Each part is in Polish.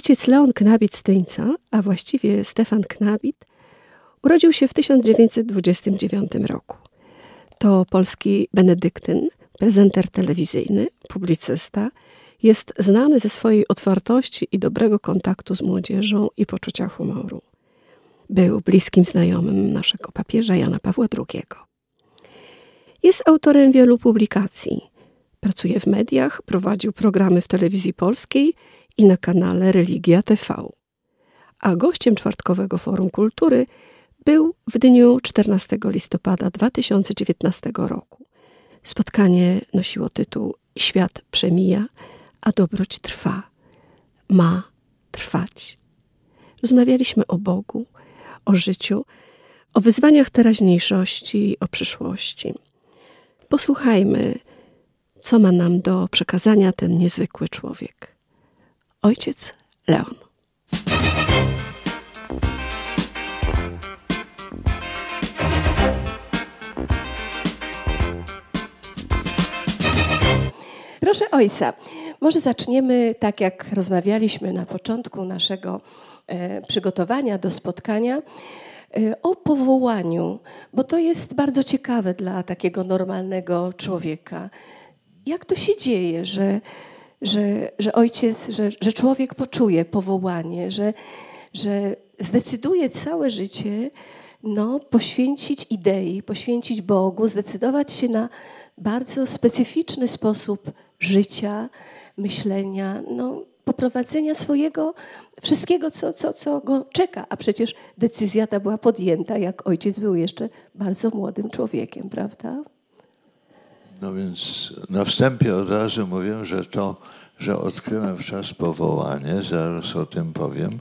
Ojciec Leon Knabit-Tyńca, a właściwie Stefan Knabit, urodził się w 1929 roku. To polski benedyktyn, prezenter telewizyjny, publicysta. Jest znany ze swojej otwartości i dobrego kontaktu z młodzieżą i poczucia humoru. Był bliskim znajomym naszego papieża Jana Pawła II. Jest autorem wielu publikacji. Pracuje w mediach, prowadził programy w telewizji polskiej i na kanale Religia TV. A gościem czwartkowego Forum Kultury był w dniu 14 listopada 2019 roku. Spotkanie nosiło tytuł Świat przemija, a dobroć trwa. Ma trwać. Rozmawialiśmy o Bogu, o życiu, o wyzwaniach teraźniejszości, o przyszłości. Posłuchajmy, co ma nam do przekazania ten niezwykły człowiek. Ojciec Leon. Proszę ojca, może zaczniemy tak, jak rozmawialiśmy na początku naszego przygotowania do spotkania, o powołaniu, bo to jest bardzo ciekawe dla takiego normalnego człowieka. Jak to się dzieje, że ojciec, że człowiek poczuje powołanie, że zdecyduje całe życie poświęcić idei, poświęcić Bogu, zdecydować się na bardzo specyficzny sposób życia, myślenia, poprowadzenia swojego, wszystkiego, co go czeka. A przecież decyzja ta była podjęta, jak ojciec był jeszcze bardzo młodym człowiekiem, prawda? No więc na wstępie od razu mówię, że odkryłem wczas powołanie, zaraz o tym powiem,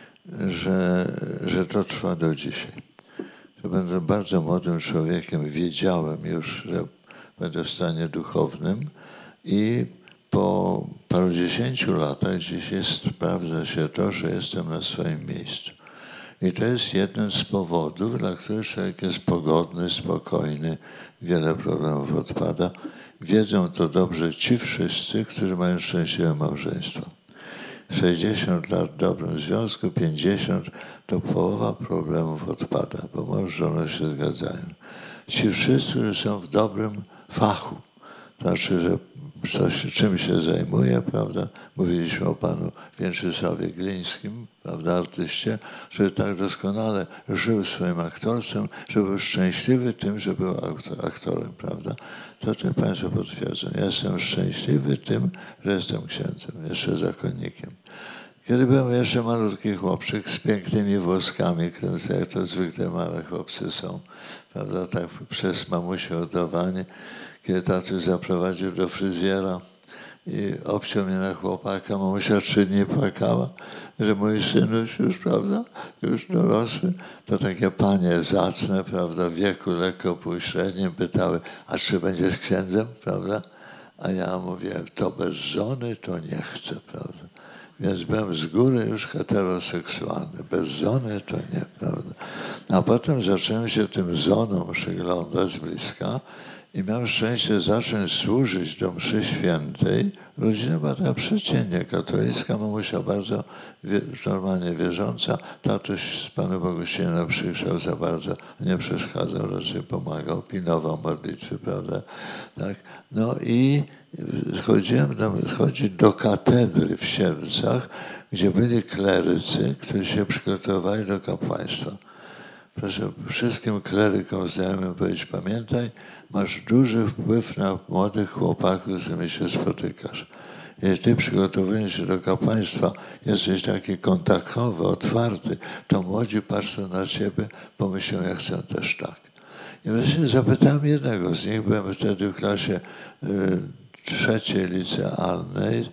że to trwa do dzisiaj. Że będę bardzo młodym człowiekiem, wiedziałem już, że będę w stanie duchownym i po parudziesięciu latach dziś sprawdza się to, że jestem na swoim miejscu. I to jest jeden z powodów, dla których człowiek jest pogodny, spokojny, wiele problemów odpada. Wiedzą to dobrze ci wszyscy, którzy mają szczęśliwe małżeństwo. 60 lat w dobrym związku, 50 to połowa problemów odpada, bo mąż, żona się zgadzają. Ci wszyscy, którzy są w dobrym fachu, znaczy, że czym się zajmuje, prawda? Mówiliśmy o panu Więczysławie Glińskim, prawda, artyście, że tak doskonale żył swoim aktorstwem, że był szczęśliwy tym, że był aktorem, prawda? To państwo potwierdzą. Ja jestem szczęśliwy tym, że jestem księdzem, jeszcze zakonnikiem. Kiedy byłem jeszcze malutki chłopczyk z pięknymi włoskami kręcę, jak to zwykle małe chłopcy są, prawda, tak przez mamusię oddawanie, kiedy tatuś zaprowadził do fryzjera i obciął mnie na chłopaka, mamusia 3 dni płakała, że mój synuś już, prawda, już dorosły, to takie panie zacne, prawda, w wieku lekko półśrednim pytały, a czy będziesz księdzem, prawda? A ja mówię, to bez żony to nie chcę, prawda? Więc byłem z góry już heteroseksualny. Bez żony to nie, prawda? A potem zacząłem się tym żonom przyglądać z bliska i miałem szczęście zacząć służyć do mszy świętej. Rodzina była taka przeciętnie katolicka, mamusia bardzo normalnie wierząca. Tatuś z Panu Bogu się nie naprzykrzał za bardzo, nie przeszkadzał, raczej pomagał, pilnował modlitwy, prawda? Tak? No i chodzić do katedry w Sierdzach, gdzie byli klerycy, którzy się przygotowywali do kapłaństwa. Proszę wszystkim klerykom znajomym powiedzieć, pamiętaj, masz duży wpływ na młodych chłopaków, z którymi się spotykasz. Jeśli ty przygotowując się do kapłaństwa jesteś taki kontaktowy, otwarty, to młodzi patrzą na ciebie, pomyślą, ja chcę też tak. I wreszcie zapytałem jednego z nich, byłem wtedy w klasie trzeciej licealnej,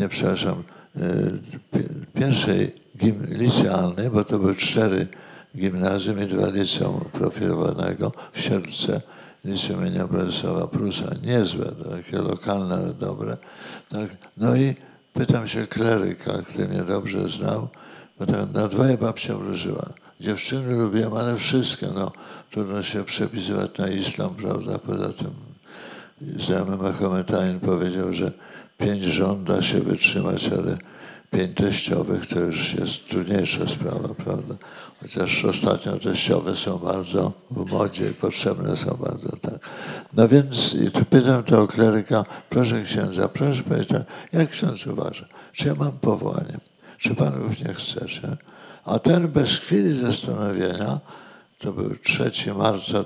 pierwszej licealnej, bo to były 4 gimnazjum i 2 liceum profilowanego w Siedlce, liceum imienia Bolesława Prusa. Niezłe, takie lokalne, ale dobre. Tak. No i pytam się kleryka, który mnie dobrze znał, bo tak na 2 babcia wróżyła. Dziewczyny lubiłem, ale wszystkie, trudno się przepisywać na islam, prawda, poza tym znajomy Mahometanin powiedział, że 5 żon da się wytrzymać, ale 5 teściowych to już jest trudniejsza sprawa, prawda? Chociaż ostatnio teściowe są bardzo w modzie i potrzebne są bardzo, tak. No więc pytam tego kleryka, proszę księdza, proszę powiedzieć tak, jak ksiądz uważa, czy ja mam powołanie, czy pan również chcecie? A ten bez chwili zastanowienia, to był 3 marca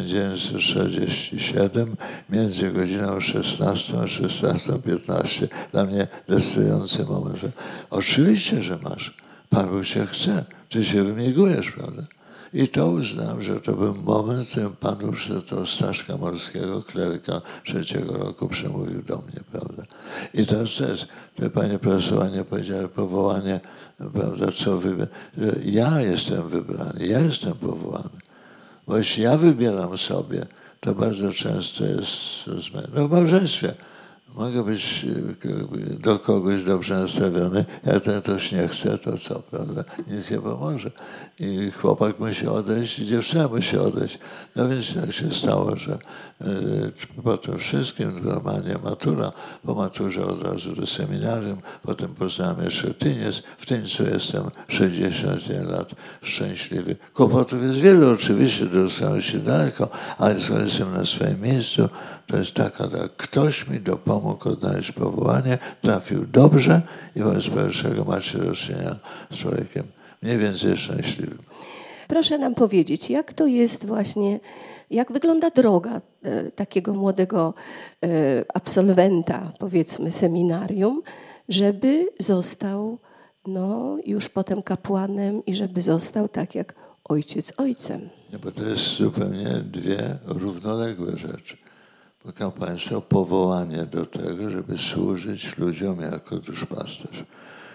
1947, między godziną 16 a 16:15. Dla mnie decydujący moment, że oczywiście, że masz. Pan Bóg cię chce. Ty się wymigujesz, prawda? I to uznałem, że to był moment, w którym Pan Bóg przez tego Staszka Morskiego, kleryka 3 roku, przemówił do mnie, prawda? I to jest, panie profesorze, nie powiedziałem, powołanie, prawda, co że ja jestem wybrany, ja jestem powołany. Bo jeśli ja wybieram sobie, to bardzo często jest, no w małżeństwie mogę być do kogoś dobrze nastawiony, jak ten ktoś nie chce, to co, prawda? Nic nie pomoże. I chłopak musi odejść, i dziewczyna musi odejść. No więc tak się stało, że po tym wszystkim normalnie matura, po maturze od razu do seminarium, potem poznałem jeszcze Tyniec. W Tyńcu jestem 61 lat, szczęśliwy. Kłopotów jest wiele oczywiście, dostałem się daleko, ale jestem na swoim miejscu. To jest taka, tak, ktoś mi dopomógł odnaleźć powołanie, trafił dobrze i wobec pierwszego macie do czynienia z człowiekiem mniej więcej szczęśliwym. Proszę nam powiedzieć, jak to jest właśnie, jak wygląda droga takiego młodego absolwenta, powiedzmy, seminarium, żeby został już potem kapłanem i żeby został tak jak ojciec ojcem. No bo to jest zupełnie dwie równoległe rzeczy. Bo kapłaństwo, powołanie do tego, żeby służyć ludziom jako duszpasterz.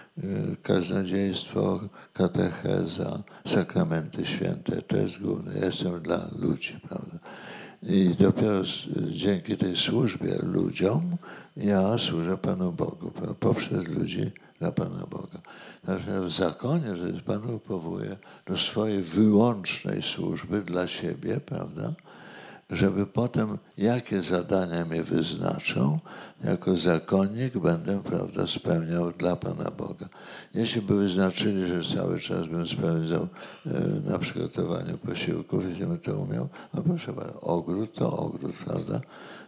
Kaznodziejstwo, katecheza, sakramenty święte, to jest główne. Ja jestem dla ludzi, prawda? I dopiero dzięki tej służbie ludziom ja służę Panu Bogu, prawda? Poprzez ludzi dla Pana Boga. Natomiast w zakonie, że Pan Bóg powołuje do swojej wyłącznej służby dla siebie, prawda? Żeby potem, jakie zadania mnie wyznaczą, jako zakonnik będę, prawda, spełniał dla Pana Boga. Jeśli by wyznaczyli, że cały czas bym spędzał na przygotowaniu posiłków, jeśli bym to umiał, no proszę bardzo, ogród to ogród, prawda?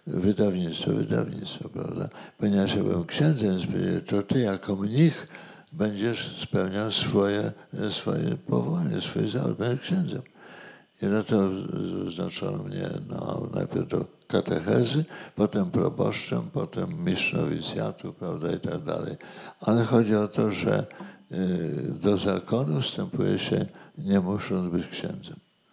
Wydawnictwo, prawda? Ponieważ ja byłem księdzem, to ty jako mnich będziesz spełniał swoje powołanie, swój zawód, będziesz księdzem. I na to wyznaczono mnie najpierw do katechezy, potem proboszczem, potem mistrz nowicjatu, prawda, i tak dalej. Ale chodzi o to, że do zakonu wstępuje się, nie musząc być księdzem.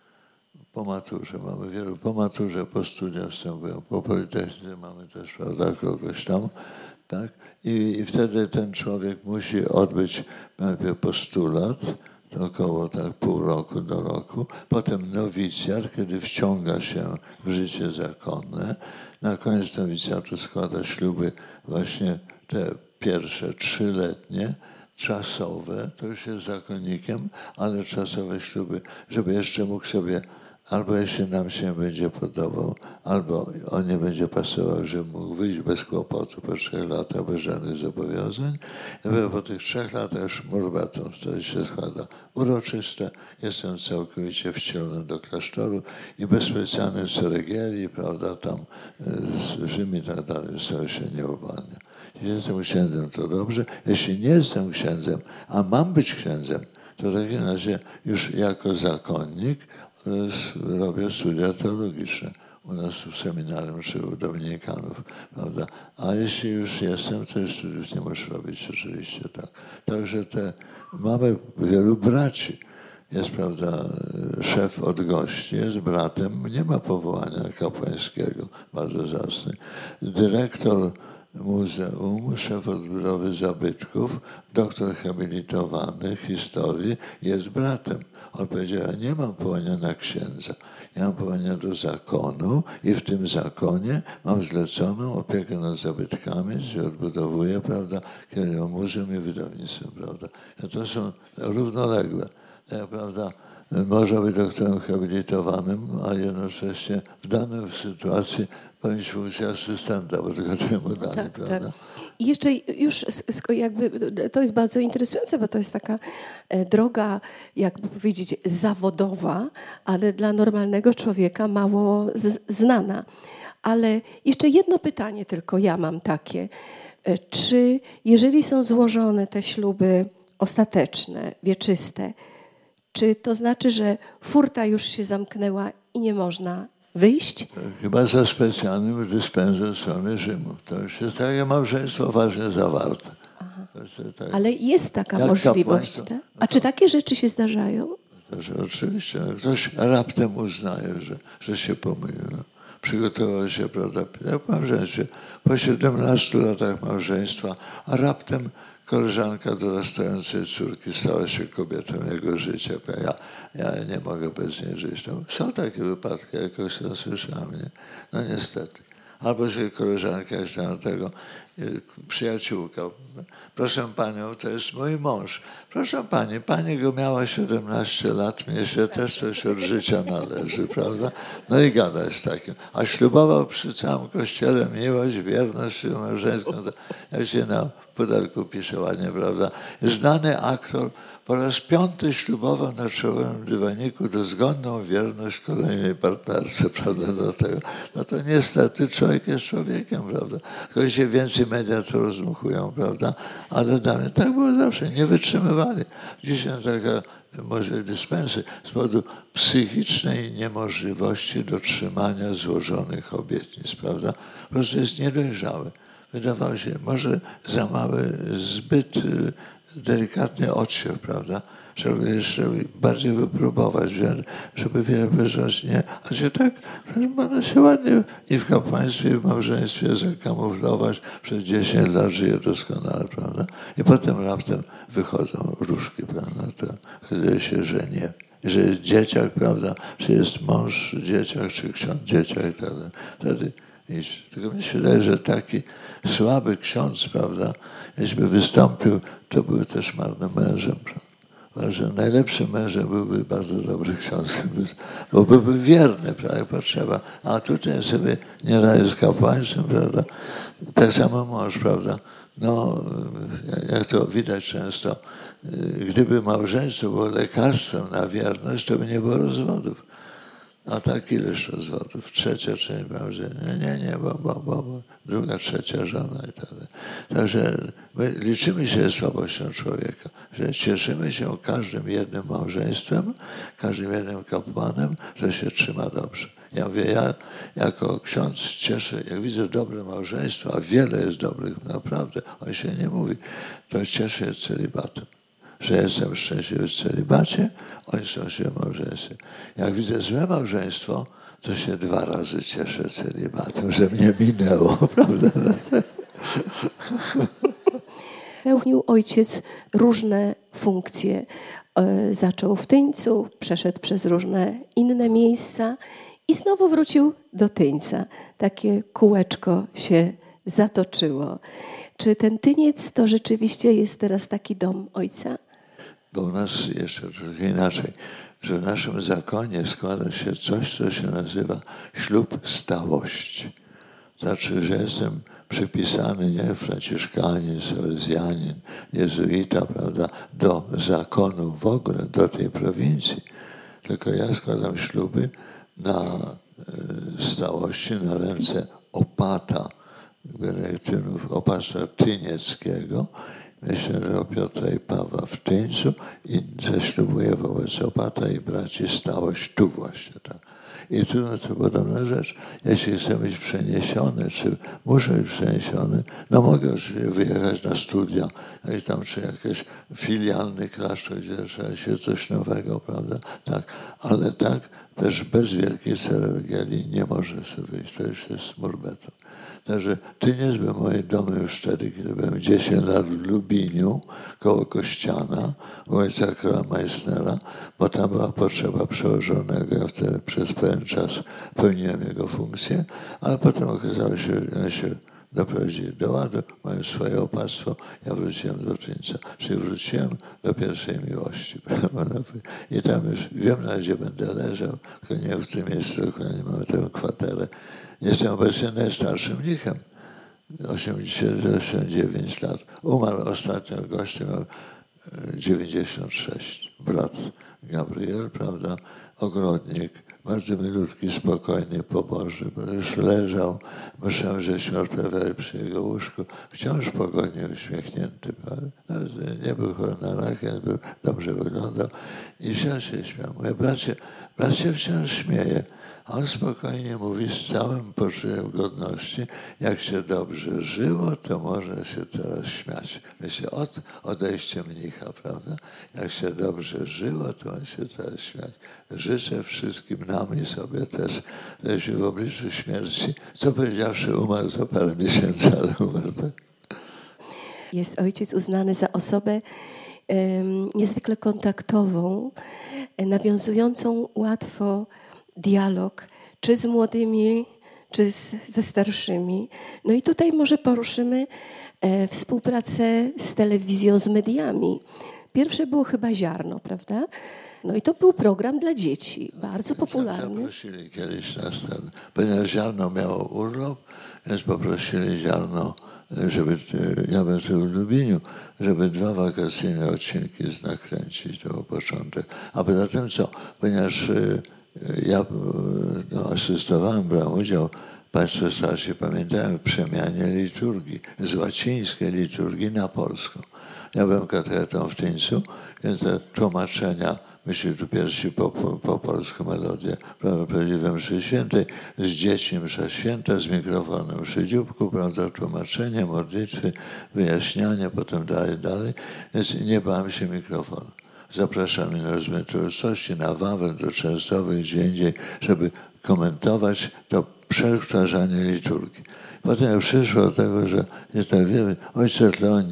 Po maturze, mamy wielu po maturze, po studiach wstępują, po politechnice mamy też, prawda, kogoś tam, tak? I wtedy ten człowiek musi odbyć najpierw postulat, około tak pół roku do roku, potem nowicjat, kiedy wciąga się w życie zakonne. Na koniec nowicjatu składa śluby właśnie te pierwsze 3-letnie, czasowe, to już jest zakonnikiem, ale czasowe śluby, żeby jeszcze mógł sobie, albo jeśli nam się będzie podobał, albo on nie będzie pasował, żeby mógł wyjść bez kłopotu po 3 latach, bez żadnych zobowiązań. I po tych 3 latach już murbaton wtedy się składa uroczyste. Jestem całkowicie wcielony do klasztoru i bez specjalnej ceregieli, prawda, tam Rzym i tak dalej, to się nie uwalnia. Jeśli jestem księdzem, to dobrze. Jeśli nie jestem księdzem, a mam być księdzem, to w takim razie już jako zakonnik robię studia teologiczne. U nas w seminarium czy u dominikanów, prawda? A jeśli już jestem, to już studiów nie muszę robić, oczywiście tak. Także mamy wielu braci. Jest, prawda, szef od gości, jest bratem, nie ma powołania kapłańskiego, bardzo zacny. Dyrektor muzeum, szef odbudowy zabytków, doktor habilitowany historii, jest bratem. On powiedział, ja nie mam powołania na księdza, ja mam powołania do zakonu i w tym zakonie mam zleconą opiekę nad zabytkami, że odbudowuję, prawda, kieruję muzeum i wydawnictwem, prawda. To są równoległe. Tak, prawda, może być doktorem habilitowanym, a jednocześnie w danej sytuacji pełnić funkcję asystenta, bo tylko temu dali, tak, prawda? Tak. I jeszcze już jakby to jest bardzo interesujące, bo to jest taka droga, jakby powiedzieć, zawodowa, ale dla normalnego człowieka mało znana. Ale jeszcze jedno pytanie tylko ja mam takie. Czy jeżeli są złożone te śluby ostateczne, wieczyste, czy to znaczy, że furta już się zamknęła i nie można wyjść? Chyba za specjalnym dyspensem strony Rzymu. To już jest takie małżeństwo ważnie zawarte. Tak, ale jest taka możliwość. Tak? A czy takie rzeczy się zdarzają? Oczywiście. Ktoś raptem uznaje, że się pomylił. Przygotował się, prawda, w małżeństwie. Po 17 latach małżeństwa, a raptem koleżanka dorastającej córki stała się kobietą jego życia. Ja nie mogę bez niej żyć. Są takie wypadki, jakoś to słyszałem, nie? No niestety. Albo się koleżanka jeszcze tego, przyjaciółka. Proszę panią, to jest mój mąż. Proszę pani go miała 17 lat, mnie się też coś od życia należy, prawda? No i gada z takim. A ślubował przy całym kościele miłość, wierność małżeńską. Jak się na pudelku pisze ładnie, prawda? Znany aktor po raz 5 ślubował na czołowym dywaniku dozgonną wierność kolejnej partnerce, prawda, do tego. No to niestety człowiek jest człowiekiem, prawda. Tylko się więcej media to rozmuchują, prawda, ale dla mnie tak było zawsze, nie wytrzymywali. Dzisiaj taka może dyspensy z powodu psychicznej niemożliwości dotrzymania złożonych obietnic, prawda. Po prostu jest niedojrzały. Wydawało się, może za mały, zbyt delikatny odsiew, prawda? Żeby jeszcze bardziej wypróbować, żeby wiele wyrzec, nie. A się tak, można się ładnie i w kapłaństwie, i w małżeństwie zakamuflować. Przez 10 lat żyje doskonale, prawda? I potem raptem wychodzą różki, prawda? To wtedy się żenie. Że jest dzieciak, prawda? Czy jest mąż dzieciak, czy ksiądz dzieciak i tak dalej. Wtedy nic. Tylko mi się wydaje, że taki słaby ksiądz, prawda, jeśli wystąpił, to był też marnym mężem. Że najlepszym mężem byłby bardzo dobry ksiądz, bo byłby wierny, prawda, jak potrzeba. A tutaj sobie nie daje z kapłaństwem, prawda. Tak samo mąż, prawda. No, jak to widać często, gdyby małżeństwo było lekarstwem na wierność, to by nie było rozwodów. A tak ileż rozwodów? Trzecia część małżeństwa. Nie, bo druga, trzecia żona i tak dalej. Także my liczymy się słabością człowieka, że cieszymy się każdym jednym małżeństwem, każdym jednym kapłanem, że się trzyma dobrze. Ja mówię, ja jako ksiądz cieszę, jak widzę dobre małżeństwo, a wiele jest dobrych, naprawdę, on się nie mówi, to cieszę się celibatem. Że jestem szczęśliwy w celibacie, oni są się w małżeństwie. Jak widzę złe małżeństwo, to się 2 razy cieszę celibatem, że mnie minęło, prawda? Pełnił ojciec różne funkcje. Zaczął w Tyńcu, przeszedł przez różne inne miejsca i znowu wrócił do Tyńca. Takie kółeczko się zatoczyło. Czy ten Tyniec to rzeczywiście jest teraz taki dom ojca? Bo u nas jeszcze trochę inaczej, że w naszym zakonie składa się coś, co się nazywa ślub stałości. Znaczy, że jestem przypisany nie franciszkanin, salezjanin, jezuita, prawda, do zakonu w ogóle, do tej prowincji. Tylko ja składam śluby na stałości, na ręce opata benedyktinów, opactwa tynieckiego, myślę o Piotra i Pawła w Tyńcu i zaślubuję wobec opata i braci stałość tu właśnie, tak. I tu no, to podobna rzecz. Jeśli chcę być przeniesiony, czy muszę być przeniesiony, no mogę oczywiście wyjechać na studia, czy jakiś filialny klasztor, gdzie trzeba się coś nowego, prawda? Tak, ale tak też bez wielkiej ceremonii nie może sobie wyjść. To już jest murbeton. Także Tyniec był moim domem już wtedy, kiedy byłem 10 lat w Lubiniu, koło Kościana, u ojca Karola Meissnera, bo tam była potrzeba przełożonego. Ja wtedy przez pewien czas pełniłem jego funkcję, ale potem okazało się, że ja się doprowadzili do ładu, mają swoje opactwo, ja wróciłem do Tyńca. Czyli wróciłem do pierwszej miłości. I tam już wiem, na gdzie będę leżał, tylko nie w tym miejscu, tylko nie mamy tę kwaterę. Jestem obecnie najstarszym mnichem. 89 lat. Umarł ostatnio gość, miał 96. Brat Gabriel, prawda, ogrodnik, bardzo milutki, spokojny, pobożny, bo już leżał, myślałem, żeśmy odprawiali przy jego łóżku, wciąż pogodnie uśmiechnięty, prawda? Nie był chory na raka, dobrze wyglądał i wciąż się śmiał. Mówię, brat się wciąż śmieje. A on spokojnie mówi z całym poczuciem godności, jak się dobrze żyło, to można się teraz śmiać. Myślę, odejście mnicha, prawda? Jak się dobrze żyło, to on się teraz śmiać. Życzę wszystkim nam i sobie też, żebyśmy w obliczu śmierci, co powiedziawszy, umarł za parę miesięcy, ale umarł. Tak? Jest ojciec uznany za osobę niezwykle kontaktową, nawiązującą łatwo dialog, czy z młodymi, czy ze starszymi. No i tutaj może poruszymy współpracę z telewizją, z mediami. Pierwsze było chyba Ziarno, prawda? No i to był program dla dzieci, bardzo popularny. Zaprosili kiedyś nas, ponieważ Ziarno miało urlop, więc poprosili Ziarno, żeby, ja byłem w Lubliniu, żeby 2 wakacyjne odcinki nakręcić, to był początek. A poza tym co? Ponieważ ja asystowałem, brałem udział, Państwo starsi pamiętają, w przemianie liturgii, z łacińskiej liturgii na polską. Ja byłem katechetą w Tyńcu, więc te tłumaczenia, myśmy tu pierwsi po polsku melodię, prawdziwe mszy świętej, z dziećmi msza święta, z mikrofonem przy dzióbku, prawda, tłumaczenie, modlitwy, wyjaśnianie, potem dalej, więc nie bałem się mikrofonu. Zapraszamy na rozmaite uroczystości, na Wawel, do Częstochowy, gdzie indziej, żeby komentować to przetwarzanie liturgii. Potem jak przyszło do tego, że jest tak wiele, ojciec Leon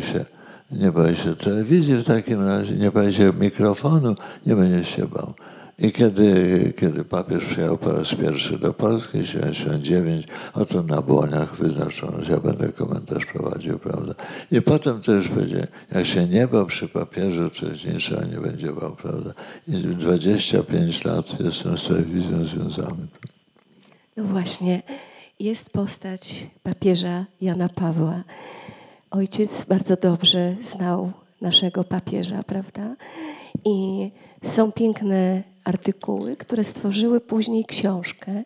nie boi się telewizji w takim razie, nie boi się mikrofonu, nie będzie się bał. I kiedy papież przyjechał po raz pierwszy do Polski, 79, oto na Błoniach wyznaczono, że ja będę komentarz prowadził, prawda? I potem też będzie, jak się nie bał przy papieżu, to niczego nie będzie bał, prawda? I 25 lat jestem z telewizją związany. No właśnie, jest postać papieża Jana Pawła. Ojciec bardzo dobrze znał naszego papieża, prawda? I są piękne artykuły, które stworzyły później książkę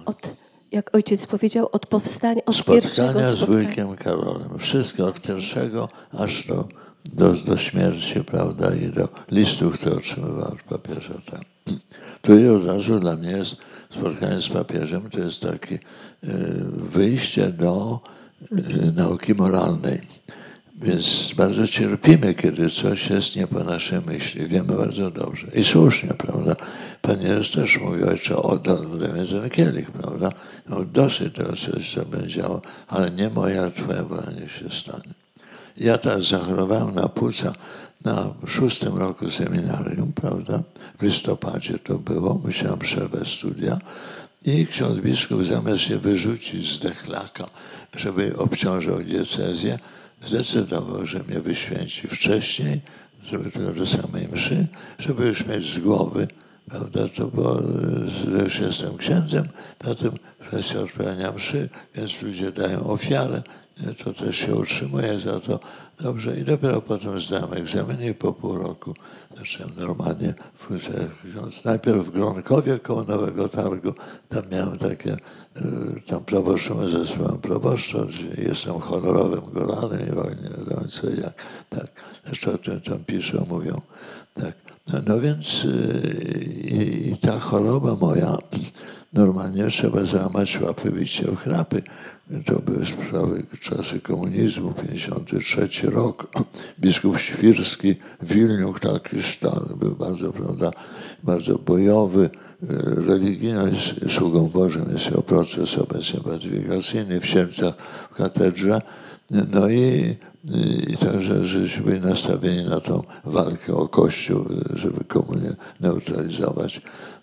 jak ojciec powiedział, od powstania, od pierwszego spotkania z wujkiem Karolem. Wszystko od pierwszego aż do śmierci, prawda, i do listów, które otrzymywał od papieża. Tak. Tu i od razu dla mnie jest spotkanie z papieżem, to jest takie wyjście do nauki moralnej. Więc bardzo cierpimy, kiedy coś jest nie po naszej myśli. Wiemy bardzo dobrze. I słusznie, prawda? Pan Jezus też mówi, ojcze, oddaj mnie ten kielich, prawda? No, dosyć tego, co będzie działo, ale nie moja, ale Twoja wola niech się stanie. Ja teraz zachorowałem na płuca na 6. roku seminarium, prawda? W listopadzie to było, musiałem przerwę studia i ksiądz biskup zamiast się wyrzucić z dechlaka, żeby obciążał diecezję, zdecydował, że mnie wyświęci wcześniej, żeby tylko do samej mszy, żeby już mieć z głowy, prawda, to bo już jestem księdzem, potem kwestia odprawiania mszy, więc ludzie dają ofiarę, to też się utrzymuje za to dobrze i dopiero potem zdałem egzamin i po pół roku zacząłem normalnie ksiądz. Najpierw w Gronkowie koło Nowego Targu, tam miałem takie, tam proboszczą zespołem proboszcza, jestem honorowym góralem i w ogóle nie wiadomo co i jak. Tak. Zresztą tam piszą, mówią. Tak. No więc i ta choroba moja, normalnie trzeba załamać łapy, bić się w chrapy. To były sprawy czasy komunizmu, 53 rok. Biskup Świrski w Wilniu, taki stary, był bardzo, prawda, bardzo bojowy, religijny, sługą Bożym jest jego proces obecnie beatyfikacyjny w Sielcach w katedrze. No i także, żeśmy byli nastawieni na tą walkę o Kościół, żeby komunię neutralizować.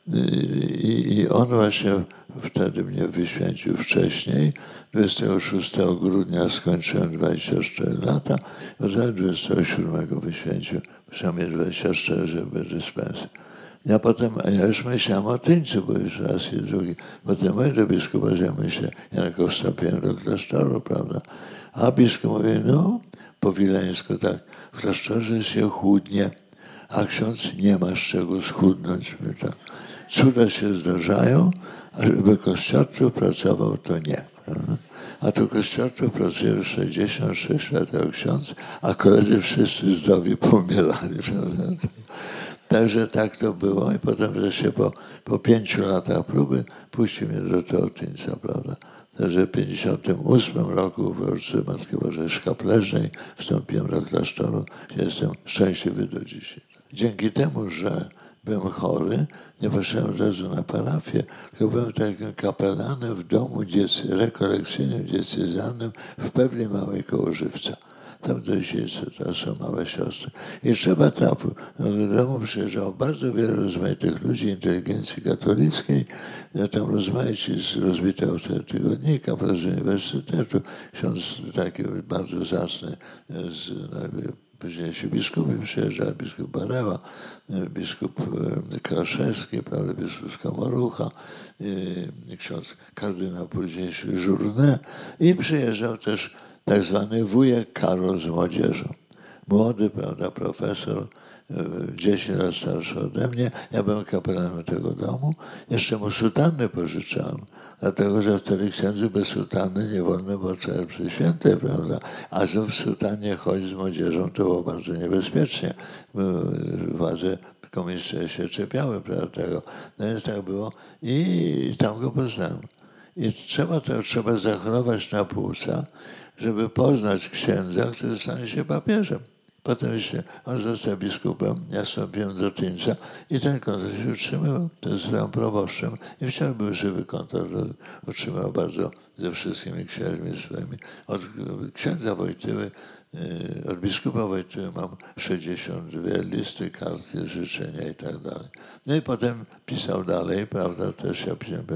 I on właśnie wtedy mnie wyświęcił wcześniej. 26 grudnia skończyłem 24 lata, a 27 wyświęcił, przynajmniej 24, żeby dyspensy. Ja już myślałem o Tyńcu, bo już raz i drugi. Potem mówię do biskupa, że ja myślę, ja tylko wstąpiłem do klasztoru, prawda? A biskup mówi, no, po wileńsku tak, w klasztorze się chłodnie, a ksiądz nie ma z czego schudnąć. Mówi, tak. Cuda się zdarzają, a żeby kościotrup pracował, to nie. Prawda? A tu kościotrup pracuje już 66 lat jako ksiądz, a koledzy wszyscy zdrowi pomierali. Prawda? Także tak to było i potem wreszcie po 5 latach próby puścił mnie do tego Tyńca, prawda. Także w 1958 roku w rocznicę Matki Bożej Szkapleżnej wstąpiłem do klasztoru. Jestem szczęśliwy do dzisiaj. Dzięki temu, że byłem chory, nie poszedłem od razu na parafię, tylko byłem takim kapelanem w domu rekolekcyjnym, diecezjalnym w Pewli Małej koło Żywca. Tam do dzisiaj teraz są małe siostry. I trzeba trafić. Do domu przyjeżdżało bardzo wiele rozmaitych ludzi inteligencji katolickiej. Ja tam rozmaici z rozbitego tygodnika, z uniwersytetu. Ksiądz taki bardzo zacny, późniejsi biskupi przyjeżdżali, biskup Barewa, biskup Kraszewski, prawda, biskup Skomorucha, ksiądz kardynał późniejszy Journet i przyjeżdżał też tak zwany wujek Karol z młodzieżą. Młody, prawda, profesor, 10 lat starszy ode mnie. Ja byłem kapelanem tego domu. Jeszcze mu sutanny pożyczałem, dlatego że wtedy księdzu bez sutanny nie wolno było trzeba przy świętej, prawda? A że w sutannie chodzić z młodzieżą to było bardzo niebezpiecznie. Władze komunistyczne się czepiały, prawda, tego. No więc tak było i tam go poznałem. I trzeba zachorować na płuca, żeby poznać księdza, który stanie się papieżem. Potem on został biskupem, ja wstąpiłem do Tyńca i ten kontakt się utrzymywał. To zostałem proboszczem i wciąż był żywy kontakt. Utrzymał bardzo ze wszystkimi księżmi swoimi. Od księdza Wojtyły, od biskupa Wojtyły mam 62 listy, kartki, życzenia i tak dalej. No i potem pisał dalej, prawda, też ja pisałem,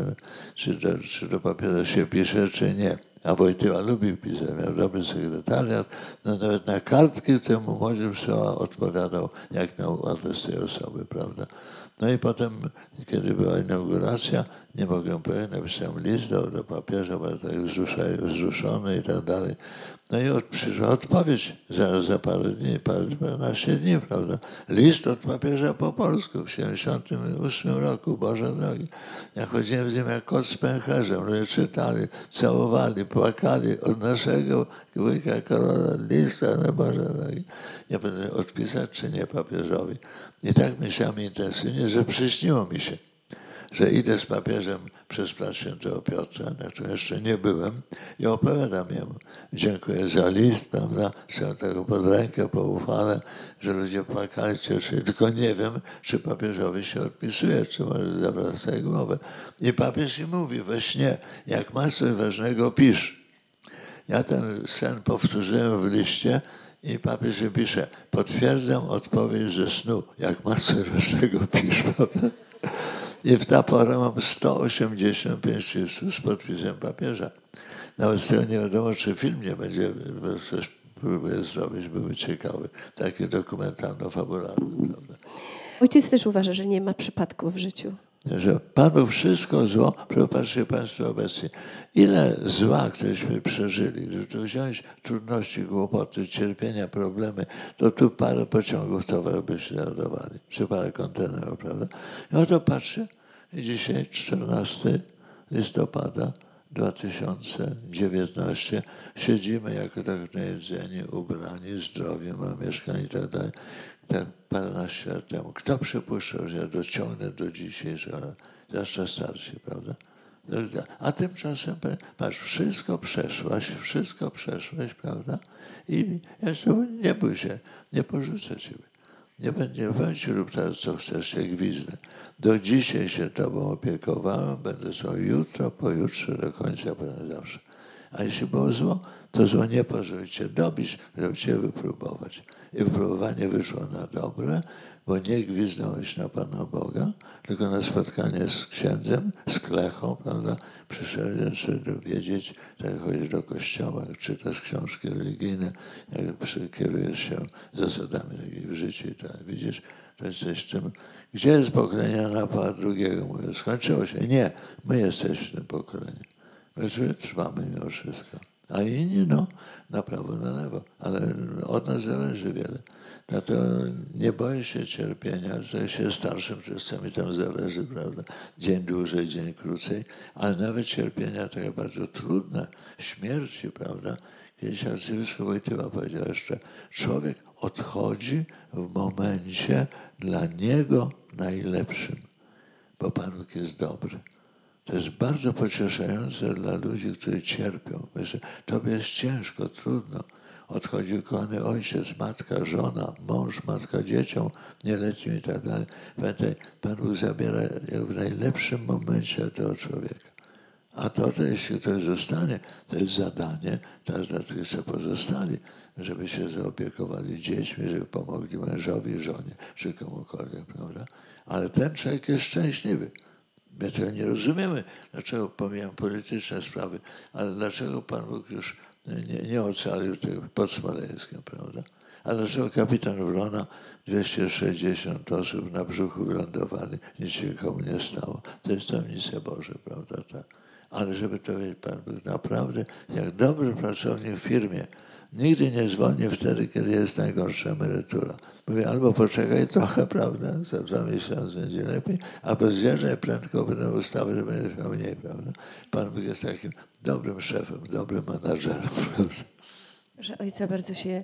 czy do papieża się pisze, czy nie. A Wojtyła lubił pisać, miał dobry sekretariat. No nawet na kartki temu młodzież odpowiadał, jak miał adres tej osoby, prawda. No i potem, kiedy była inauguracja, nie mogłem powiedzieć, napisałem list do papieża, był tak wzruszony i tak dalej. No i przyszła odpowiedź za paręnaście dni, prawda. List od papieża po polsku w 1978 roku, Boże drogi. Ja chodziłem z nim jak kot z pęcherzem, ludzie czytali, całowali, płakali od naszego wujka Karola list, na Boże drogi. Ja będę odpisać czy nie papieżowi. I tak myślałem intensywnie, że przyśniło mi się, że idę z papieżem przez plac Świętego Piotra, na którym jeszcze nie byłem, i opowiadam jemu. Dziękuję za list, prawda, trzeba tego pod rękę, po uchwale, że ludzie płakali, cieszyli. Tylko nie wiem, czy papieżowi się odpisuje, czy może zawraca głowę. I papież mi mówi we śnie, jak masz coś ważnego, pisz. Ja ten sen powtórzyłem w liście i papież mi pisze, potwierdzam odpowiedź ze snu, jak masz coś ważnego, pisz, prawda? I w ta pora mam 185 listów z podpisem papieża. Nawet z tego nie wiadomo, czy film nie będzie, bo coś próbuję zrobić, byłby ciekawy. Taki dokumentalno-fabularny, prawda? Ojciec też uważa, że nie ma przypadków w życiu. Że Panu wszystko zło, popatrzcie Państwo obecnie, ile zła, któreśmy przeżyli, gdyby tu wziąć trudności, kłopoty, cierpienia, problemy, to tu parę pociągów towaru byśmy załadowali, czy parę kontenerów, prawda? I oto patrzę i dzisiaj 14 listopada 2019 siedzimy jako tak najedzeni, ubrani, zdrowi, mamy mieszkanie i tak dalej. Paręnaście lat temu. Kto przypuszczał, że ja dociągnę do dzisiejszego, zwłaszcza starsi, prawda? A tymczasem, patrz, wszystko przeszłaś, prawda? I jeszcze nie bój się, nie porzucę ciebie. Nie powiem ci, rób teraz co chcesz, się gwizdnę. Do dzisiaj się tobą opiekowałem, będę są jutro, pojutrze, do końca, będę zawsze. A jeśli było zło, to zło nie po, żeby cię dobić, żeby cię wypróbować. I wypróbowanie wyszło na dobre, bo nie gwizdnąłeś na Pana Boga, tylko na spotkanie z księdzem, z klechą, prawda? Przyszedłeś, żeby wiedzieć, jak chodzisz do kościoła, jak czytasz książki religijne, jak kierujesz się zasadami w życiu i tak. Widzisz, to jesteś tym. Gdzie jest pokolenie na Pana drugiego? Mówię, skończyło się. Nie, my jesteśmy tym pokoleniem. My trwamy mimo wszystko. A inni, no, na prawo, na lewo. Ale od nas zależy wiele. No to nie boję się cierpienia, że się starszym czasami tam zależy, prawda? Dzień dłużej, dzień krócej, ale nawet cierpienia takie bardzo trudne, śmierci, prawda? Kiedyś arcybiskup Wojtyła powiedział jeszcze, człowiek odchodzi w momencie dla niego najlepszym, bo Pan Bóg jest dobry. To jest bardzo pocieszające dla ludzi, którzy cierpią. Myślę, tobie jest ciężko, trudno. Odchodził kochany ojciec, matka, żona, mąż, matka dzieciom nieletnim i tak dalej. Pamiętaj, Pan Bóg zabiera w najlepszym momencie tego człowieka. A to jeśli ktoś zostanie, to jest zadanie teraz dla tych, co pozostali, żeby się zaopiekowali dziećmi, żeby pomogli mężowi, żonie, czy komukolwiek, prawda? Ale ten człowiek jest szczęśliwy. My tego nie rozumiemy, dlaczego pomijam polityczne sprawy, ale dlaczego Pan Bóg już nie ocalił tego pod Smoleńskiem, prawda? A dlaczego kapitan Wrona 260 osób na brzuchu wylądowali, nic się nikomu nie stało. To jest tajemnica Boże, prawda? Tak. Ale żeby to wiedzieć, Pan Bóg naprawdę, jak dobry pracownik w firmie, nigdy nie zwolni wtedy, kiedy jest najgorsza emerytura. Mówię, albo poczekaj trochę, prawda, za 2 miesiące będzie lepiej, albo zjeżdżaj prędko, będą ustawy, że będziesz miał mniej, prawda. Pan Bóg jest takim dobrym szefem, dobrym menadżerem, prawda. Że ojca bardzo się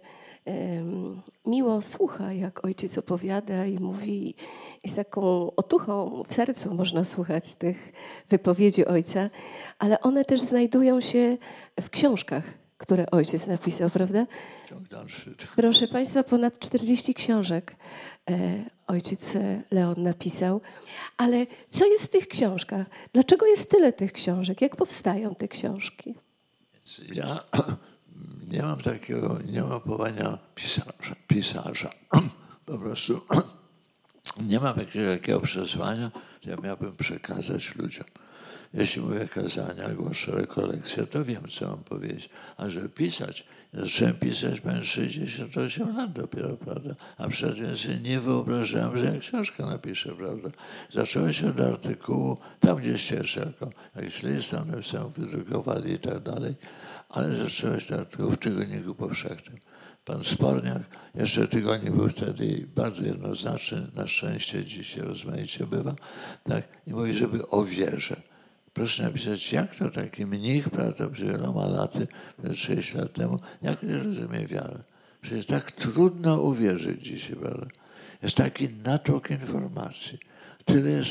miło słucha, jak ojciec opowiada i mówi, i z taką otuchą w sercu można słuchać tych wypowiedzi ojca, ale one też znajdują się w książkach, które ojciec napisał, prawda? Ciąg dalszy. Proszę Państwa, ponad 40 książek ojciec Leon napisał. Ale co jest w tych książkach? Dlaczego jest tyle tych książek? Jak powstają te książki? Ja nie mam takiego, nie mam powołania pisarza. Po prostu nie mam jakiegoś takiego przesłania, że ja miałbym przekazać ludziom. Jeśli mówię kazania, głoszę rekolekcje, to wiem, co mam powiedzieć. A żeby pisać, zacząłem pisać, mając 68 lat dopiero, prawda? A przed więcej nie wyobrażałem, że ja książkę napiszę, prawda? Zacząłem się od artykułu, tam gdzieś jeszcze jako jakiś list tam napisałem, wydrukowali i tak dalej, ale zacząłem się od artykułu w Tygodniku Powszechnym. Pan Sporniak, jeszcze tygodnik był wtedy bardzo jednoznaczny, na szczęście dzisiaj rozmaicie bywa, tak? I mówi, żeby o wierze. Proszę napisać, jak to taki mnich, prawda, przed wieloma laty, 6 lat temu, jak nie rozumie wiarę. Przecież tak trudno uwierzyć dzisiaj, prawda? Jest taki natłok informacji. Tyle jest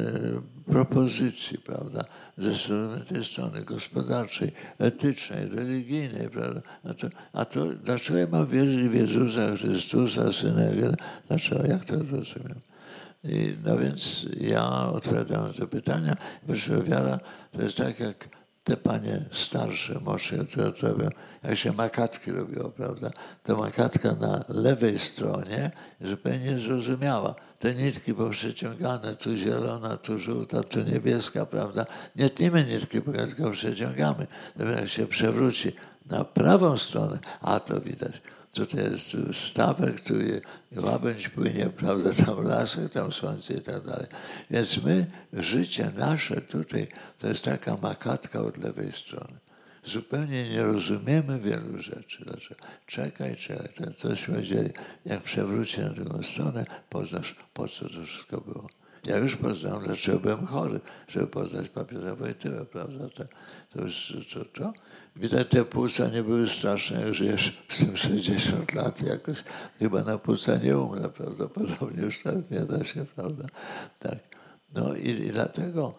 propozycji, prawda, ze strony tej strony gospodarczej, etycznej, religijnej, prawda. A to dlaczego ja mam wierzyć w Jezusa Chrystusa, Syna? Dlaczego? Jak to rozumiem? No więc ja odpowiadam na te pytania. Wyższa wiara to jest tak jak te panie starsze, młodsze, które to robią, jak się makatki robiło, prawda? To makatka na lewej stronie zupełnie niezrozumiała. Te nitki poprzeciągane, tu zielona, tu żółta, tu niebieska, prawda? Nie tnimy nitki, tylko przeciągamy. Jak się przewróci na prawą stronę, a to widać. Tutaj jest stawek, tu łabędź płynie, prawda, tam lasek, tam słońce i tak dalej. Więc my, życie nasze tutaj, to jest taka makatka od lewej strony. Zupełnie nie rozumiemy wielu rzeczy. Dlaczego? Czekaj, cośmy wiedzieli. Jak przewróci na drugą stronę, poznasz, po co to wszystko było. Ja już poznałem, dlaczego byłem chory, żeby poznać papieża Wojtyłę, prawda? To już to. Widać, te płuca nie były straszne, jak żyjesz z tym 60 lat jakoś. Chyba na płuca nie umrę, prawdopodobnie już tak nie da się, prawda? Tak. No i dlatego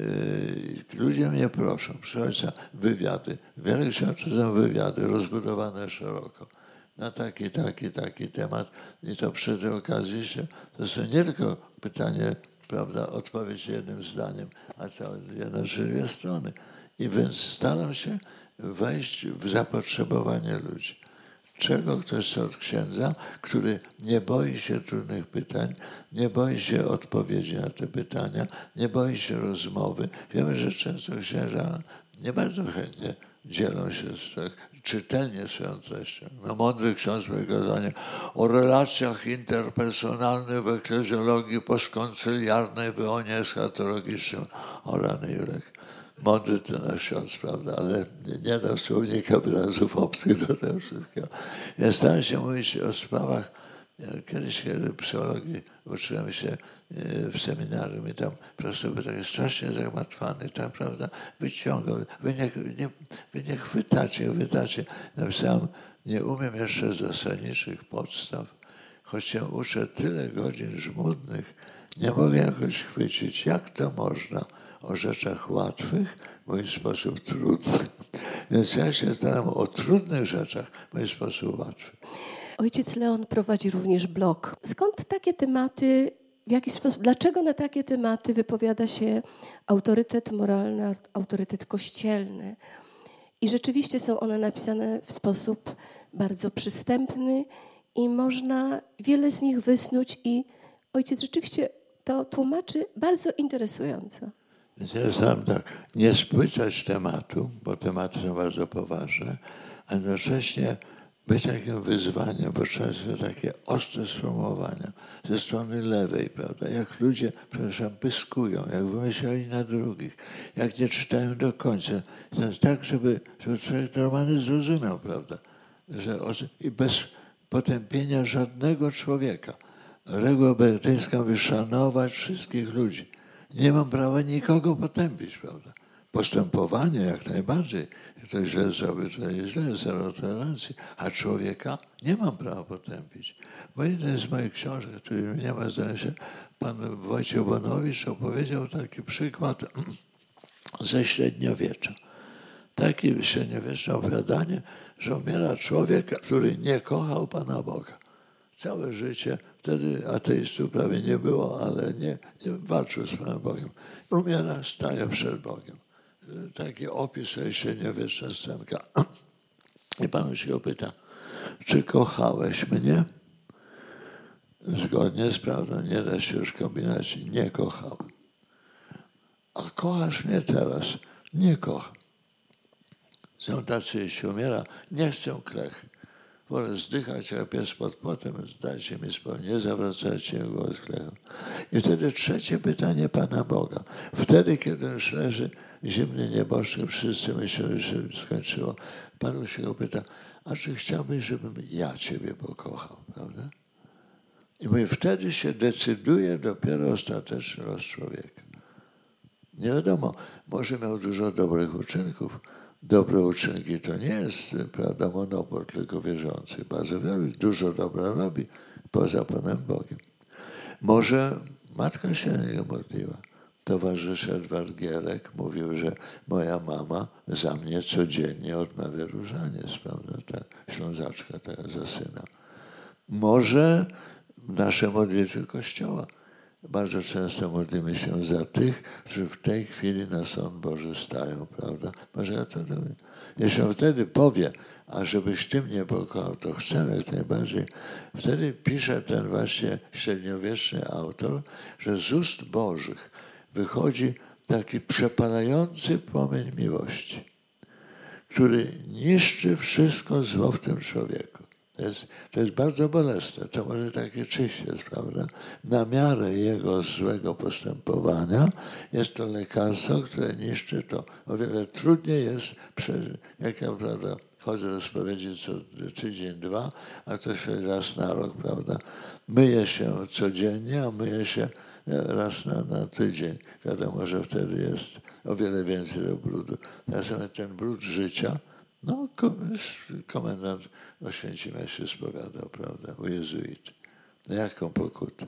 ludzie mnie proszą, proszę ojca, wywiady. Wiele książek są wywiady rozbudowane szeroko na taki temat. I to przy tej okazji to są nie tylko pytanie prawda, odpowiedź jednym zdaniem, a całe dwie strony. I więc staram się wejść w zapotrzebowanie ludzi. Czego ktoś chce od księdza, który nie boi się trudnych pytań, nie boi się odpowiedzi na te pytania, nie boi się rozmowy. Wiemy, że często księża nie bardzo chętnie dzielą się z tak czytelnie swoją treścią. No, mądry ksiądz mówi kazanie o relacjach interpersonalnych w eklezjologii postkoncyliarnej w ionie eschatologicznym. O rany Jurek. Mądry ten nasz ksiądz, prawda, ale nie dał słownika wyrazów obcych do tego wszystkiego. Ja starałem się mówić o sprawach. Kiedyś, kiedy psychologii uczyłem się w seminarium i tam profesor był taki strasznie zagmatwany, tak, prawda, wyciągał. Wy nie chwytacie. Napisałem, nie umiem jeszcze zasadniczych podstaw, choć się uczę tyle godzin żmudnych, nie mogę jakoś chwycić, jak to można o rzeczach łatwych mówić w sposób trudny. Więc ja się staram o trudnych rzeczach mówić w sposób łatwy. Ojciec Leon prowadzi również blog. Skąd takie tematy, w jaki sposób, dlaczego na takie tematy wypowiada się autorytet moralny, autorytet kościelny? I rzeczywiście są one napisane w sposób bardzo przystępny i można wiele z nich wysnuć i ojciec rzeczywiście to tłumaczy bardzo interesująco. Więc ja staram tak, nie spłycać tematu, bo tematy są bardzo poważne, a jednocześnie być takim wyzwaniem, bo często takie ostre sformułowania ze strony lewej, prawda, jak ludzie, przepraszam, pyskują, jak wymyślali na drugich, jak nie czytają do końca. Tak, żeby człowiek normalny zrozumiał, prawda, że i bez potępienia żadnego człowieka. Reguła beretyńska mówi szanować wszystkich ludzi. Nie mam prawa nikogo potępić, prawda? Postępowanie jak najbardziej. Jak ktoś źle zrobił, to jest źle, zero tolerancji. A człowieka nie mam prawa potępić. Bo jeden z moich książek, który nie ma zdaje się, pan Wojciech Bonowicz opowiedział taki przykład ze średniowiecza. Takie średniowieczne opowiadanie, że umiera człowiek, który nie kochał Pana Boga. Całe życie, wtedy ateistów prawie nie było, ale nie walczył z Panem Bogiem. Umiera, staje przed Bogiem. Taki opis średniowieczna scenka. I Pan się go pyta, czy kochałeś mnie? Zgodnie z prawdą, nie da się już kombinować, nie kochałem. A kochasz mnie teraz? Nie kocham. Są tacy, jeśli umiera, nie chcą klechy. Wolę zdychać jak pies pod płotem, zdajcie mi spokój, nie zawracajcie głos klechą. I wtedy trzecie pytanie Pana Boga. Wtedy, kiedy już leży zimny nieboszczyk, wszyscy myślą, że się skończyło. Pan się go pyta, a czy chciałbyś, żebym ja Ciebie pokochał, prawda? I mówi, wtedy się decyduje dopiero ostateczny los człowieka. Nie wiadomo, może miał dużo dobrych uczynków. Dobre uczynki to nie jest, prawda, monopol tylko wierzący. Bardzo wielu dużo dobra robi poza Panem Bogiem. Może matka się na niego modliła. Towarzysz Edward Gierek mówił, że moja mama za mnie codziennie odmawia różaniec, prawda, ta Ślązaczka, ta za syna. Może nasze modlitwy Kościoła. Bardzo często modlimy się za tych, którzy w tej chwili na sąd Boży stają, prawda? Może ja to robię. Jeśli on wtedy powie, a żebyś ty mnie pokochał, to chcę jak najbardziej. Wtedy pisze ten właśnie średniowieczny autor, że z ust Bożych wychodzi taki przepalający płomień miłości, który niszczy wszystko zło w tym człowieku. To jest bardzo bolesne, to może takie czyść jest, prawda? Na miarę jego złego postępowania jest to lekarstwo, które niszczy to. O wiele trudniej jest, jak ja, prawda, chodzę do spowiedzi co tydzień, dwa, a to się raz na rok, prawda? Myję się codziennie, a myję się raz na tydzień. Wiadomo, że wtedy jest o wiele więcej do brudu. Natomiast ten brud życia, no, komendant Oświęcimia się spowiadał, prawda, u jezuity. No jaką pokutę?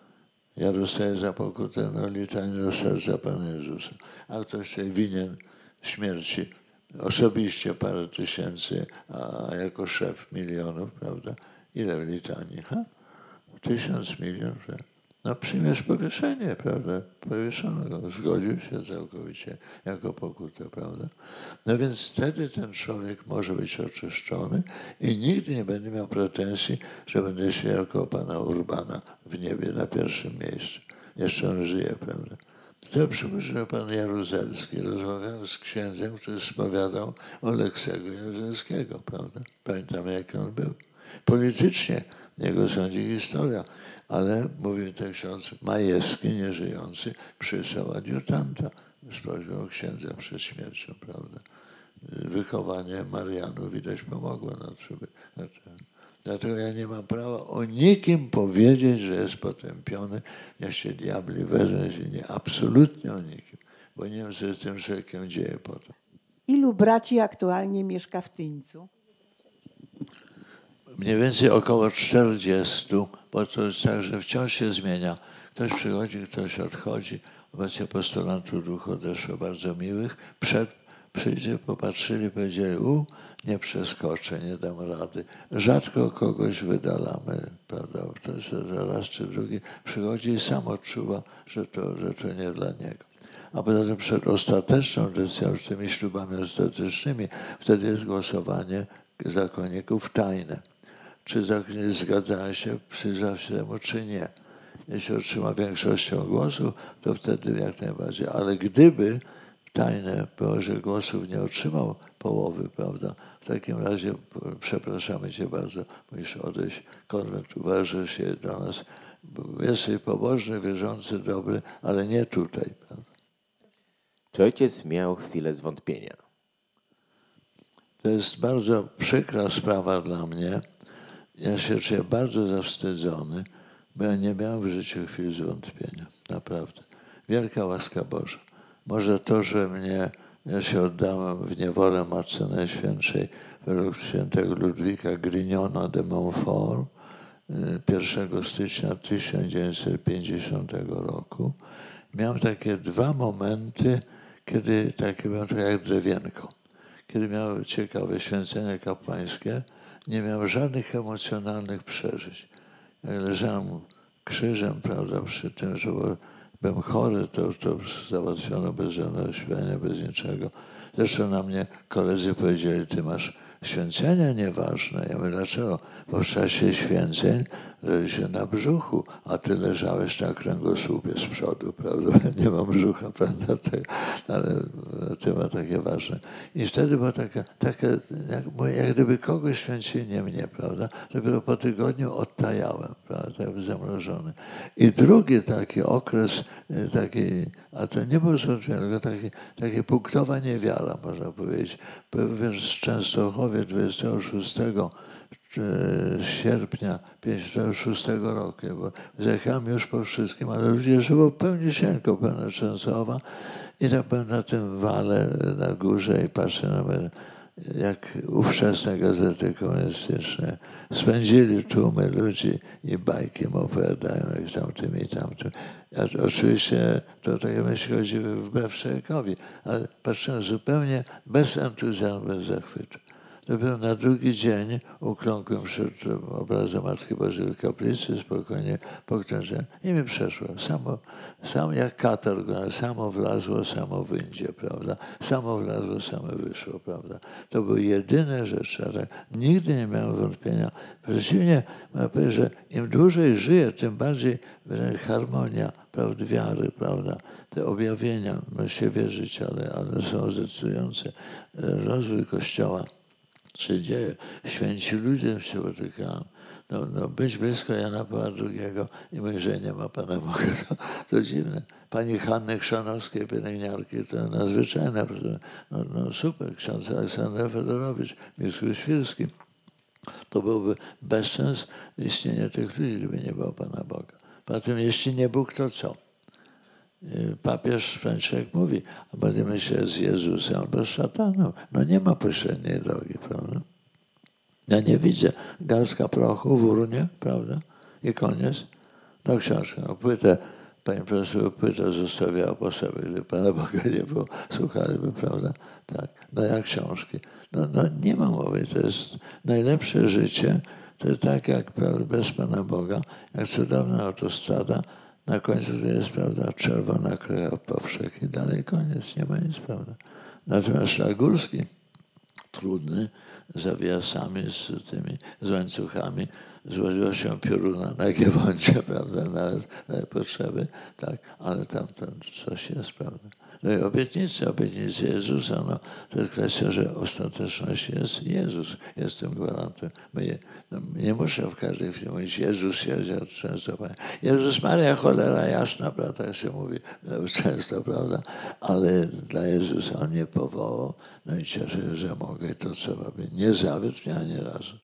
Ja dostaję za pokutę, no litanię do serca Pana Jezusa. A ktoś się winien śmierci osobiście parę tysięcy, a jako szef milionów, prawda? Ile w litanii? 1000 milionów? no przyjmiesz powieszenie, prawda? Powieszono go, zgodził się całkowicie jako pokutę, prawda? No więc wtedy ten człowiek może być oczyszczony i nigdy nie będzie miał pretensji, że będę się jako pana Urbana w niebie na pierwszym miejscu. Jeszcze on żyje, prawda? To przypuszczam pan Jaruzelski. Rozmawiałem z księdzem, który spowiadał Oleksego Jaruzelskiego, prawda? Pamiętamy, jak on był. Politycznie niego sądzi historia, ale, mówił ten ksiądz Majewski, nieżyjący, przysłał adiutanta z prośbą księdza przed śmiercią, prawda? Wychowanie Marianów widać pomogło. Dlatego ja nie mam prawa o nikim powiedzieć, że jest potępiony. Ja się diabli wezmę, nie, absolutnie o nikim, bo nie wiem, co się z tym człowiekiem dzieje potem. Ilu braci aktualnie mieszka w Tyńcu? Mniej więcej około 40, bo to jest tak, że wciąż się zmienia. Ktoś przychodzi, ktoś odchodzi. Obecnie postulantów dwóch odeszło bardzo miłych. Przyjdzie, popatrzyli, powiedzieli, nie przeskoczę, nie dam rady. Rzadko kogoś wydalamy, prawda? Ktoś raz czy drugi przychodzi i sam odczuwa, że to nie dla niego. A poza tym przed ostateczną decyzją, z tymi ślubami ostatecznymi, wtedy jest głosowanie zakonników tajne. Czy zgadzają się, przyjrzał się temu, czy nie. Jeśli otrzyma większością głosów, to wtedy jak najbardziej. Ale gdyby tajne położenie głosów nie otrzymał połowy, prawda, w takim razie przepraszamy cię bardzo, musisz odejść. Konwent uważa się do nas. Jesteś pobożny, wierzący, dobry, ale nie tutaj. Prawda? Czy ojciec miał chwilę zwątpienia? To jest bardzo przykra sprawa dla mnie. Ja się czuję bardzo zawstydzony, bo ja nie miałem w życiu chwili zwątpienia. Naprawdę. Wielka łaska Boża. Może to, że ja się oddałem w niewolę Matce Najświętszej według świętego Ludwika Grignona de Montfort 1 stycznia 1950 roku. Miałem takie dwa momenty, kiedy takie byłem trochę jak drewienko. Kiedy miałem ciekawe święcenie kapłańskie, nie miałem żadnych emocjonalnych przeżyć. Jak leżałem krzyżem, prawda, przy tym, że byłem chory, to załatwiono bez żadnego śpiewania, bez niczego. Zresztą na mnie koledzy powiedzieli, ty masz święcenia nieważne. Ja mówię, dlaczego? Bo w czasie święceń leży się na brzuchu, a ty leżałeś na kręgosłupie z przodu, prawda? Nie mam brzucha, prawda? Ale to ma takie ważne. I wtedy była taka jak gdyby kogoś święcili, nie mnie, prawda? Dopiero po tygodniu odtajałem, prawda? Tak zamrożony. I drugi taki okres, a to nie było zwątpienie, tylko takie punktowa niewiara, można powiedzieć. Byłem w Częstochowie 26 sierpnia 1956 roku, bo zjechałem już po wszystkim, ale ludzie żyło pełnisieńko, pełna Częstochowa i tak byłem na tym wale na górze i patrzę na mnie, jak ówczesne gazety komunistyczne spędzili tłumy ludzi i bajki mu opowiadają, jak tamtym i tamtym. Oczywiście to takie myśli chodziły wbrew człowiekowi, ale patrzyłem zupełnie bez entuzjazmu, bez zachwytu. Dopiero na drugi dzień ukląkłem przed obrazem Matki Bożej w kaplicy, spokojnie poklęczyłem i mi przeszło. Samo jak katar, samo wlazło, samo wyjdzie, prawda? Samo wlazło, samo wyszło, prawda? To były jedyne rzeczy, ale nigdy nie miałem wątpienia. Przeciwnie, można powiedzieć, że im dłużej żyję, tym bardziej harmonia, prawda, wiary, prawda? Te objawienia, się wierzyć, ale są zdecydujące. Rozwój Kościoła się dzieje. Święci ludzie się spotykają. Być blisko Jana Pawła II i mówić, że nie ma Pana Boga, to dziwne. Pani Hanny Chrzanowskiej, pielęgniarki, to nadzwyczajne. Super, ksiądz Aleksander Fedorowicz, biskup Świrski. To byłby bezsens istnienia tych ludzi, gdyby nie było Pana Boga. Poza tym, jeśli nie Bóg, to co? Papież Franciszek mówi, a będziemy się z Jezusem albo z szatanem. Nie ma pośredniej drogi, prawda? Ja nie widzę. Garstka prochu w urnie, prawda? I koniec. Książkę, płytę, pani profesor, płytę zostawiała po sobie, gdyby Pana Boga nie było, słuchaliby, prawda? Tak. Jak książki. Nie ma mowy. To jest najlepsze życie. To jest tak jak, prawda, bez Pana Boga, jak cudowna autostrada, Na końcu to jest, prawda, czerwona krew powszechnie i dalej koniec, nie ma nic, prawda. Natomiast szlak górski, trudny, zawiasami z łańcuchami, złożyłością pioruna na Giewoncie, prawda, nawet potrzeby, tak, ale tam coś jest, prawda. No i obietnice Jezusa, no, to jest kwestia, że ostateczność jest Jezus, jest tym gwarantem. Nie muszę w każdej chwili mówić Jezus, ja często powiem, Jezus Maria, cholera jasna, prawda, tak się mówi często, prawda, ale dla Jezusa On mnie powołał, no i cieszę się, że mogę to, co robię. Nie zawiódł mnie ani razu.